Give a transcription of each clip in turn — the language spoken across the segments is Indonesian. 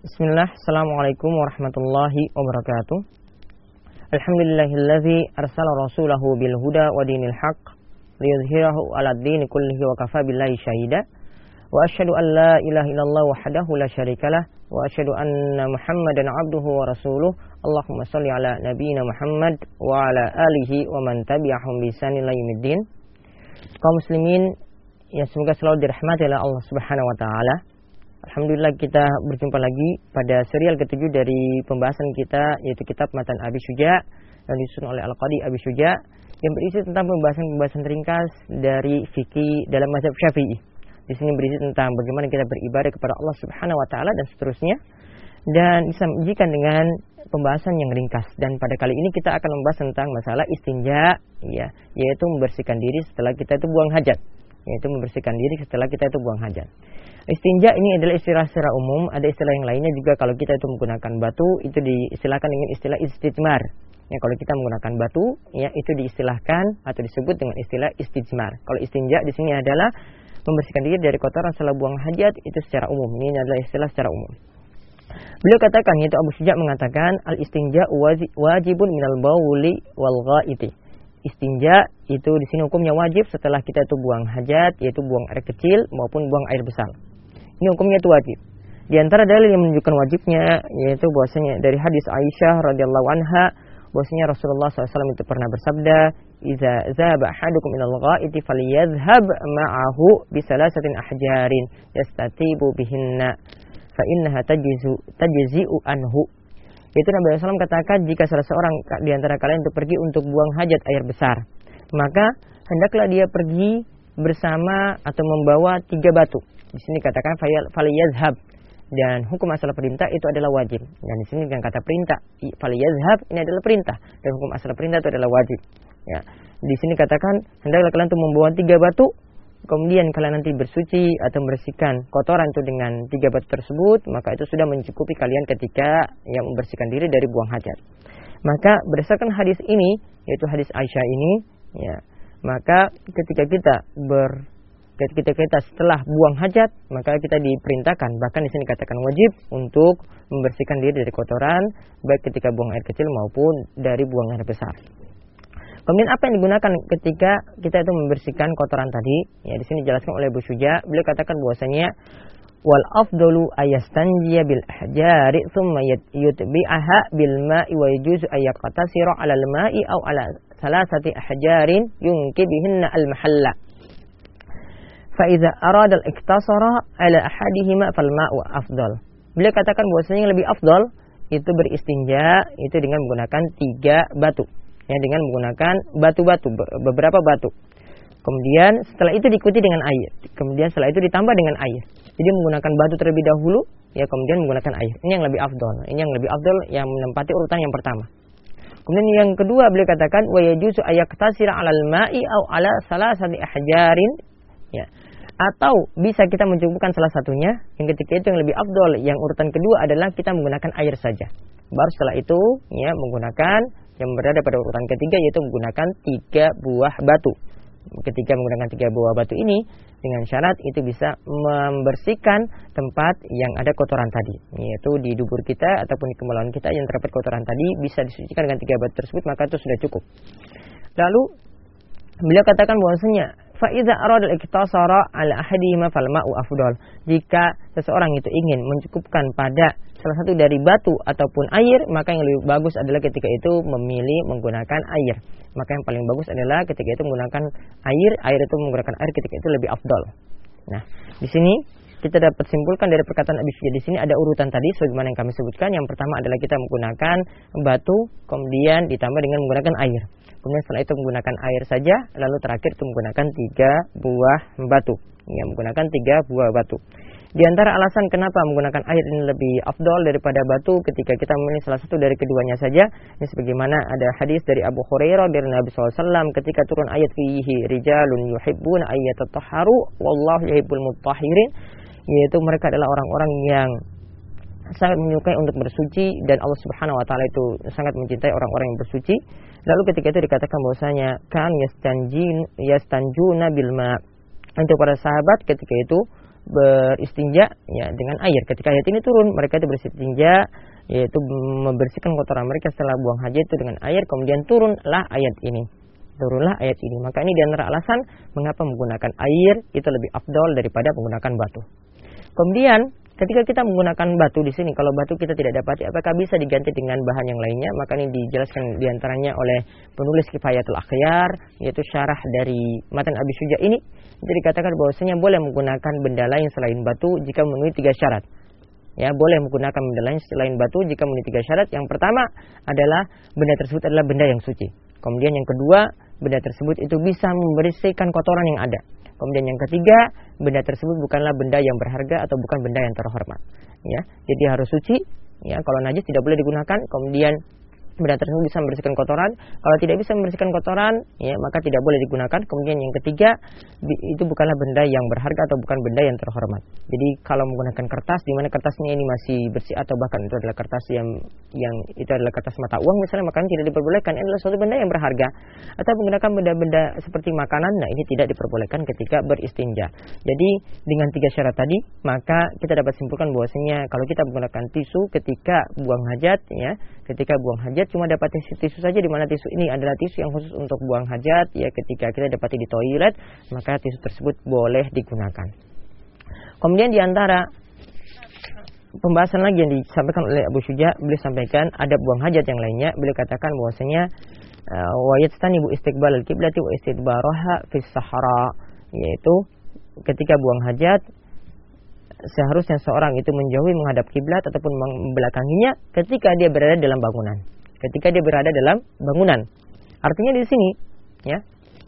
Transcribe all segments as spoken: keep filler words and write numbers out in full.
Bismillah, Assalamualaikum warahmatullahi wabarakatuh. Alhamdulillahilladzi arsala rasulahu bil huda wa dinil haqq liyudhhirahu 'alad dini kullihi wa kafa billahi syahida. Wa asyhadu an la ilaha illallah wahdahu la syarikalah wa asyhadu anna Muhammadan 'abduhu wa rasuluh. Allahumma shalli ala nabiyyina Muhammad wa ala alihi wa man tabi'ahum bi ihsanin ila yaumiddin. Kaum muslimin yang semoga selalu dirahmati oleh Allah Subhanahu wa taala. Alhamdulillah kita berjumpa lagi pada serial ketujuh dari pembahasan kita, yaitu kitab Matan Abi Syuja yang disusun oleh Al-Qadi Abi Syuja, yang berisi tentang pembahasan-pembahasan ringkas dari fikih dalam mazhab Syafi'i. Di sini berisi tentang bagaimana kita beribadah kepada Allah Subhanahu wa taala dan seterusnya, dan bisa menyajikan dengan pembahasan yang ringkas. Dan pada kali ini kita akan membahas tentang masalah istinja, ya, yaitu membersihkan diri setelah kita itu buang hajat. Yaitu membersihkan diri setelah kita itu buang hajat. Istinja ini adalah istilah secara umum. Ada istilah yang lainnya juga kalau kita itu menggunakan batu, itu diistilahkan dengan istilah istijmar. Ya, kalau kita menggunakan batu, ya itu diistilahkan atau disebut dengan istilah istijmar. Kalau istinja di sini adalah membersihkan diri dari kotoran setelah buang hajat, itu secara umum. Ini adalah istilah secara umum. Beliau katakan, yaitu Abu Syuja mengatakan, al-istinja wajibun minal bauli wal ghaiti. Istinja itu di sini hukumnya wajib setelah kita itu buang hajat, yaitu buang air kecil maupun buang air besar. Ini hukumnya itu wajib. Di antara dalil yang menunjukkan wajibnya yaitu bahwasanya dari hadis Aisyah radhiyallahu anha, bahwasanya Rasulullah shallallahu alaihi wasallam itu pernah bersabda, "Idza zaba ahadukum ilal ghaiti falyadhhab ma'ahu bi salasatin ahjarin yastatibu bihinna fa innaha tajzu tajzi'u anhu." Itu Nabi sallallahu alaihi wasallam katakan, jika salah seorang di antara kalian itu pergi untuk buang hajat air besar, maka hendaklah dia pergi bersama atau membawa tiga batu. Di sini katakan faliyazhab, dan hukum asal perintah itu adalah wajib. Dan di sini dengan kata perintah faliyazhab ini adalah perintah, dan hukum asal perintah itu adalah wajib. Ya, di sini katakan hendaklah kalian itu membawa tiga batu. Kemudian kalian nanti bersuci atau membersihkan kotoran itu dengan tiga batu tersebut, maka itu sudah mencukupi kalian ketika yang membersihkan diri dari buang hajat. Maka berdasarkan hadis ini, yaitu hadis Aisyah ini, ya, maka ketika kita ber ketika kita setelah buang hajat, maka kita diperintahkan, bahkan di sini katakan wajib untuk membersihkan diri dari kotoran, baik ketika buang air kecil maupun dari buang air besar. Kemudian apa yang digunakan ketika kita itu membersihkan kotoran tadi? Ya, di sini dijelaskan oleh Abu Syuja. Beliau katakan bahwasanya wal afdalu ayastanjiya bil ahjari thumma yutbi'aha bil ma'i wa yajuzu ayyaqtasira 'ala al ma'i aw 'ala salasati ahjarin yunkibihinna al mahalla. Fa idza arada al iktasara 'ala ahadihima fal ma'u afdal. Beliau katakan bahwasanya yang lebih afdal itu beristinja itu dengan menggunakan tiga batu. Ya, dengan menggunakan batu-batu, beberapa batu. Kemudian setelah itu diikuti dengan air. Kemudian setelah itu ditambah dengan air. Jadi menggunakan batu terlebih dahulu, ya kemudian menggunakan air. Ini yang lebih afdal. Ini yang lebih afdal yang menempati urutan yang pertama. Kemudian yang kedua beliau katakan wa yajuzu ayaktasira 'alal ma'i aw 'ala salasati ahjarin. Ya. Atau bisa kita mencukupkan salah satunya. Yang ketiga itu yang lebih afdal. Yang urutan kedua adalah kita menggunakan air saja. Baru setelah itu ya menggunakan yang berada pada urutan ketiga, yaitu menggunakan tiga buah batu. Ketika menggunakan tiga buah batu ini, dengan syarat itu bisa membersihkan tempat yang ada kotoran tadi, yaitu di dubur kita ataupun di kemaluan kita yang terdapat kotoran tadi, bisa disucikan dengan tiga batu tersebut, maka itu sudah cukup. Lalu beliau katakan bahwasanya fa idza arada al-iktasara 'ala ahadihima fal ma'u afdal. Jika seseorang itu ingin mencukupkan pada salah satu dari batu ataupun air, maka yang lebih bagus adalah ketika itu memilih menggunakan air. Maka yang paling bagus adalah ketika itu menggunakan air, air itu menggunakan air ketika itu lebih afdal. Nah, di sini kita dapat simpulkan dari perkataan Abi Syuja, di sini ada urutan tadi sebagaimana yang kami sebutkan. Yang pertama adalah kita menggunakan batu, kemudian ditambah dengan menggunakan air. Kemudian setelah itu menggunakan air saja, lalu terakhir itu menggunakan tiga buah batu. Ya, menggunakan tiga buah batu. Di antara alasan kenapa menggunakan air ini lebih afdal daripada batu ketika kita memilih salah satu dari keduanya saja, ini sebagaimana ada hadis dari Abu Hurairah dari Nabi shallallahu alaihi wasallam ketika turun ayat fihi rijalun yuhibbuna ayyatatahharu wallahu yuhibbul mutahhirin, yaitu mereka adalah orang-orang yang sangat menyukai untuk bersuci dan Allah Subhanahu wa taala itu sangat mencintai orang-orang yang bersuci. Lalu ketika itu dikatakan bahwasanya kan yastanjin yastanjuna bil ma. Untuk para sahabat ketika itu beristinja ya dengan air. Ketika ayat ini turun, mereka itu beristinja, yaitu membersihkan kotoran mereka setelah buang hajat itu dengan air. Kemudian turunlah ayat ini. Turunlah ayat ini. Maka ini di antara alasan mengapa menggunakan air itu lebih afdol daripada menggunakan batu. Kemudian ketika kita menggunakan batu di sini, kalau batu kita tidak dapati, apakah bisa diganti dengan bahan yang lainnya? Maka ini dijelaskan diantaranya oleh penulis Kifayatul Akhyar, yaitu syarah dari matan Abi Syuja ini. Jadi dikatakan bahwasanya boleh menggunakan benda lain selain batu jika memenuhi tiga syarat. Ya, boleh menggunakan benda lain selain batu jika memenuhi tiga syarat. Yang pertama adalah benda tersebut adalah benda yang suci. Kemudian yang kedua, benda tersebut itu bisa membersihkan kotoran yang ada. Kemudian yang ketiga, benda tersebut bukanlah benda yang berharga atau bukan benda yang terhormat. Ya, jadi harus suci. Ya, kalau najis tidak boleh digunakan. Kemudian benda tersebut bisa membersihkan kotoran. Kalau tidak bisa membersihkan kotoran, ya maka tidak boleh digunakan. Kemudian yang ketiga, itu bukanlah benda yang berharga atau bukan benda yang terhormat. Jadi kalau menggunakan kertas, di mana kertasnya ini masih bersih atau bahkan itu adalah kertas yang yang itu adalah kertas mata uang misalnya, maka ini tidak diperbolehkan. Ini adalah suatu benda yang berharga. Atau menggunakan benda-benda seperti makanan, nah ini tidak diperbolehkan ketika beristinja. Jadi dengan tiga syarat tadi, maka kita dapat simpulkan bahwasanya kalau kita menggunakan tisu ketika buang hajat, ya, ketika buang hajat cuma dapat tisu, tisu saja, di mana tisu ini adalah tisu yang khusus untuk buang hajat. Ya, ketika kita dapati di toilet, maka tisu tersebut boleh digunakan. Kemudian di antara pembahasan lagi yang disampaikan oleh Abu Syuja, beliau sampaikan adab buang hajat yang lainnya. Beliau katakan bahwasanya wa yastanibu istiqbal al-qiblati wa istidbaraha fis sahara, yaitu ketika buang hajat seharusnya seorang itu menjauhi menghadap kiblat ataupun membelakanginya ketika dia berada dalam bangunan. Ketika dia berada dalam bangunan, artinya di sini, ya,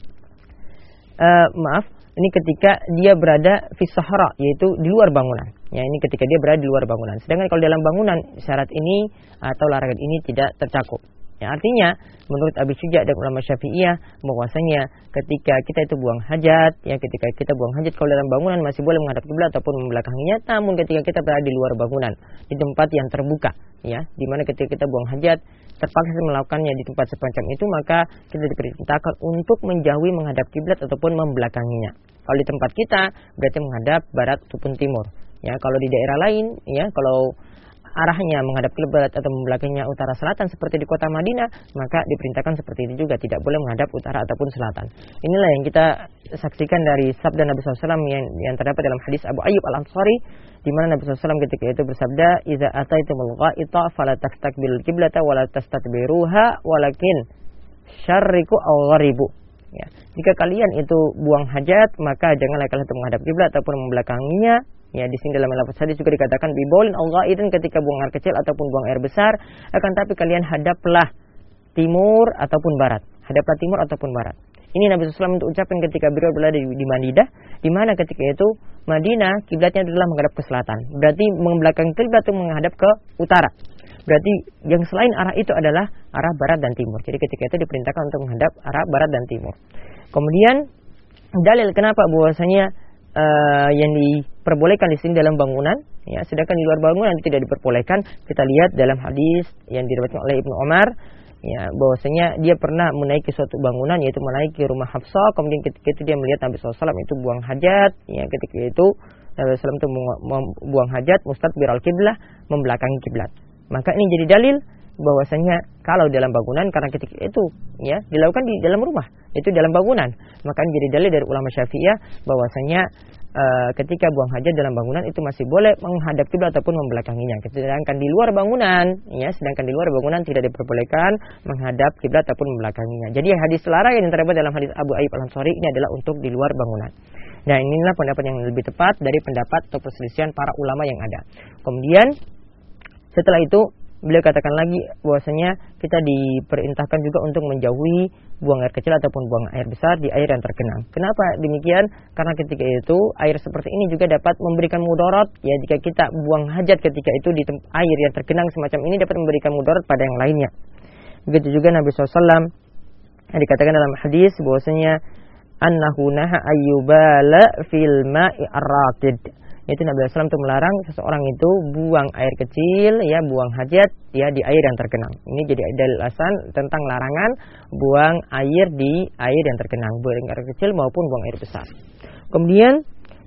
uh, maaf, ini ketika dia berada fi sahara, yaitu di luar bangunan. Ya, ini ketika dia berada di luar bangunan. Sedangkan kalau dalam bangunan, syarat ini atau larangan ini tidak tercakup. Ya, artinya menurut Abi Syuja dan ulama Syafi'iyah bahwasanya ketika kita itu buang hajat, ya ketika kita buang hajat kalau dalam bangunan masih boleh menghadap kiblat ataupun membelakanginya. Namun ketika kita berada di luar bangunan, di tempat yang terbuka, ya, di mana ketika kita buang hajat terpaksa melakukannya di tempat semacam itu, maka kita diperintahkan untuk menjauhi menghadap kiblat ataupun membelakanginya. Kalau di tempat kita berarti menghadap barat ataupun timur. Ya, kalau di daerah lain, ya, kalau arahnya menghadap kiblat atau membelakanginya utara selatan seperti di kota Madinah, maka diperintahkan seperti itu juga, tidak boleh menghadap utara ataupun selatan. Inilah yang kita saksikan dari sabda Nabi shallallahu alaihi wasallam yang, yang terdapat dalam hadis Abu Ayyub Al-Ansari, di mana Nabi shallallahu alaihi wasallam ketika itu bersabda, "Idza ataitumul gha'ita fala tastaqbilul qiblata wala tastadbiruha walakin syarriku aw gharibu." Ya, jika kalian itu buang hajat, maka janganlah kalian menghadap kiblat ataupun membelakanginya. Ya, di sini dalam lafaz hadis juga dikatakan bibaulin aw gha'idin, ketika buang air kecil ataupun buang air besar, akan tapi kalian hadaplah timur ataupun barat. Hadaplah timur ataupun barat. Ini Nabi shallallahu alaihi wasallam untuk ucapkan ketika beliau berada di, di Madinah, di mana ketika itu Madinah kiblatnya adalah menghadap ke selatan. Berarti membelakangi kiblat itu menghadap ke utara. Berarti yang selain arah itu adalah arah barat dan timur. Jadi ketika itu diperintahkan untuk menghadap arah barat dan timur. Kemudian dalil kenapa bahwasanya uh, yang diperbolehkan di sini dalam bangunan, ya, sedangkan di luar bangunan tidak diperbolehkan. Kita lihat dalam hadis yang diriwayatkan oleh Ibnu Umar, ya, bahwasanya dia pernah menaiki suatu bangunan, yaitu menaiki rumah Hafsah. Kemudian ketika itu dia melihat Nabi shallallahu alaihi wasallam itu buang hajat. Ya, ketika itu Nabi shallallahu alaihi wasallam itu buang hajat mustadbir al-qiblah, membelakangi kiblat. Maka ini jadi dalil bahwasanya kalau dalam bangunan, karena ketika itu, ya, dilakukan di dalam rumah, itu dalam bangunan, maka ini jadi dalil dari ulama Syafi'iyah bahwasanya uh, ketika buang hajat dalam bangunan itu masih boleh menghadap kiblat ataupun membelakanginya. Sedangkan di luar bangunan, ya, sedangkan di luar bangunan tidak diperbolehkan menghadap kiblat ataupun membelakanginya. Jadi hadis larangan yang terdapat dalam hadis Abu Ayyub Al-Ansari ini adalah untuk di luar bangunan. Nah, inilah pendapat yang lebih tepat dari pendapat atau perselisihan para ulama yang ada. Kemudian setelah itu beliau katakan lagi bahwasanya kita diperintahkan juga untuk menjauhi buang air kecil ataupun buang air besar di air yang tergenang. Kenapa demikian? Karena ketika itu air seperti ini juga dapat memberikan mudarat, ya, jika kita buang hajat ketika itu di air yang tergenang semacam ini dapat memberikan mudarat pada yang lainnya. Begitu juga Nabi shallallahu alaihi wasallam yang dikatakan dalam hadis bahwasanya annahu naha ayyubala fil ma'i ar-raqid. Itu Nabi shallallahu alaihi wasallam itu melarang seseorang itu buang air kecil, ya, buang hajat, ya, di air yang tergenang. Ini jadi dalil alasan tentang larangan buang air di air yang tergenang, buang air kecil maupun buang air besar. Kemudian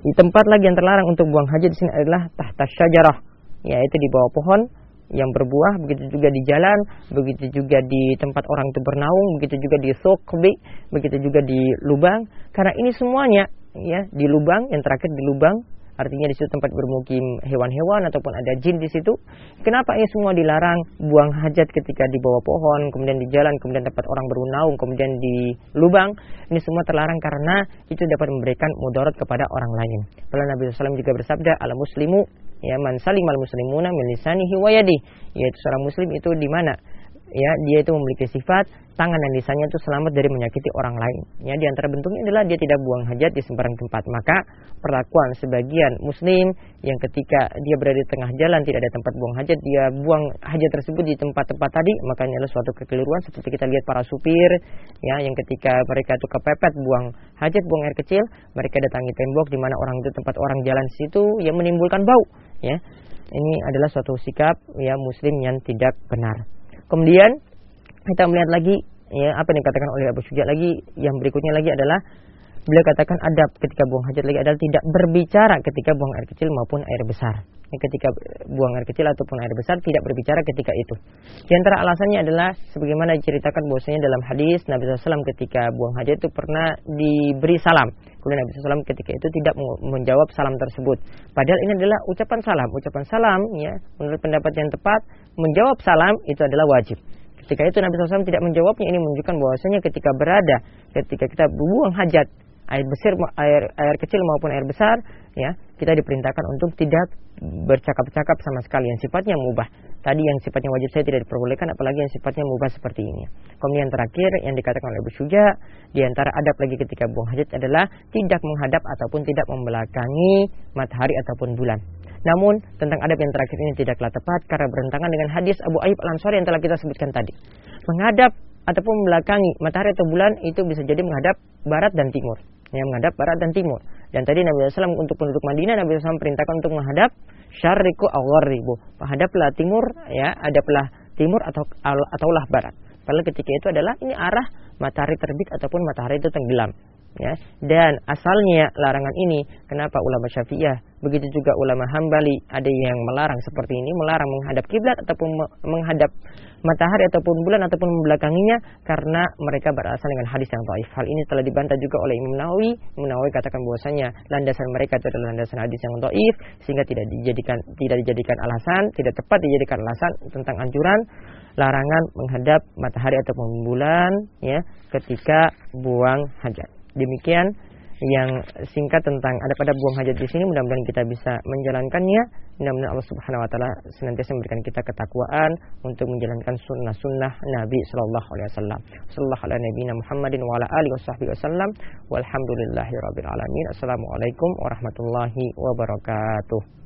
Di tempat lagi yang terlarang untuk buang hajat di sini adalah tahta syajarah, yaitu di bawah pohon yang berbuah, begitu juga di jalan, begitu juga di tempat orang itu bernaung, begitu juga di suqbi, begitu juga di lubang. Karena ini semuanya ya di lubang, yang terakhir di lubang, artinya di situ tempat bermukim hewan-hewan ataupun ada jin di situ. Kenapa ini semua dilarang? Buang hajat ketika di bawah pohon, kemudian di jalan, kemudian tempat orang bernaung, kemudian di lubang. Ini semua terlarang karena itu dapat memberikan mudarat kepada orang lain. Padahal Nabi shallallahu alaihi wasallam juga bersabda, al muslimu ya man salimal muslimuna min lisanihi wa yadihi, yaitu seorang muslim itu di mana ya dia itu memiliki sifat tangan dan lisannya itu selamat dari menyakiti orang lain. Ya, di antara bentuknya adalah dia tidak buang hajat di sembarang tempat. Maka perlakuan sebagian muslim yang ketika dia berada di tengah jalan tidak ada tempat buang hajat, dia buang hajat tersebut di tempat-tempat tadi, maka ini adalah suatu kekeliruan. Seperti kita lihat para supir ya, yang ketika mereka itu kepepet buang hajat, buang air kecil, mereka datangi tembok di mana orang itu tempat orang jalan di situ yang menimbulkan bau ya. Ini adalah suatu sikap ya muslim yang tidak benar. Kemudian kita melihat lagi ya apa yang dikatakan oleh Abu Syuja lagi, yang berikutnya lagi adalah beliau katakan adab ketika buang hajat lagi adalah tidak berbicara ketika buang air kecil maupun air besar. Ya, ketika buang air kecil ataupun air besar tidak berbicara ketika itu. Di antara alasannya adalah sebagaimana diceritakan bahwasanya dalam hadis Nabi shallallahu alaihi wasallam ketika buang hajat itu pernah diberi salam. Kemudian Nabi shallallahu alaihi wasallam ketika itu tidak menjawab salam tersebut. Padahal ini adalah ucapan salam. Ucapan salam ya menurut pendapat yang tepat menjawab salam itu adalah wajib. Ketika itu Nabi shallallahu alaihi wasallam tidak menjawabnya, ini menunjukkan bahwasanya ketika berada, ketika kita buang hajat, air besar, air air kecil maupun air besar, ya kita diperintahkan untuk tidak bercakap-cakap sama sekali yang sifatnya mubah. Tadi yang sifatnya wajib saya tidak diperbolehkan, apalagi yang sifatnya mubah seperti ini. Kemudian terakhir yang dikatakan oleh Abu Syuja, di antara adab lagi ketika buang hajat adalah tidak menghadap ataupun tidak membelakangi matahari ataupun bulan. Namun tentang adab yang terakhir ini tidaklah tepat karena bertentangan dengan hadis Abu Ayyub Al-Ansari yang telah kita sebutkan tadi. Menghadap ataupun membelakangi matahari atau bulan itu bisa jadi menghadap barat dan timur. Yang menghadap barat dan timur. Dan tadi Nabi shallallahu alaihi wasallam untuk penduduk Madinah, Nabi shallallahu alaihi wasallam perintahkan untuk menghadap syarriqu aw-gharribu. Menghadaplah timur, ya, hadaplah timur atau ataulah barat. Padahal ketika itu adalah ini arah matahari terbit ataupun matahari itu tenggelam. Ya, dan asalnya larangan ini kenapa ulama Syafi'iyah begitu juga ulama Hambali ada yang melarang seperti ini, melarang menghadap kiblat ataupun menghadap matahari ataupun bulan ataupun membelakanginya karena mereka berasal dengan hadis yang dhaif. Hal ini telah dibantah juga oleh Imam Nawawi. Imam Nawawi katakan bahwasanya landasan mereka itu adalah landasan hadis yang dhaif sehingga tidak dijadikan tidak dijadikan alasan, tidak tepat dijadikan alasan tentang anjuran larangan menghadap matahari ataupun bulan ya ketika buang hajat. Demikian yang singkat tentang adab-adab buang hajat di sini. Mudah-mudahan kita bisa menjalankannya. Mudah-mudahan Allah Subhanahu Wa Taala senantiasa memberikan kita ketakwaan untuk menjalankan sunnah-sunnah Nabi Sallallahu Alaihi Wasallam. Sallallahu ala nabiyina Muhammadin wa ala alihi wasallam. Walhamdulillahirabbil alamin. Assalamualaikum warahmatullahi wabarakatuh.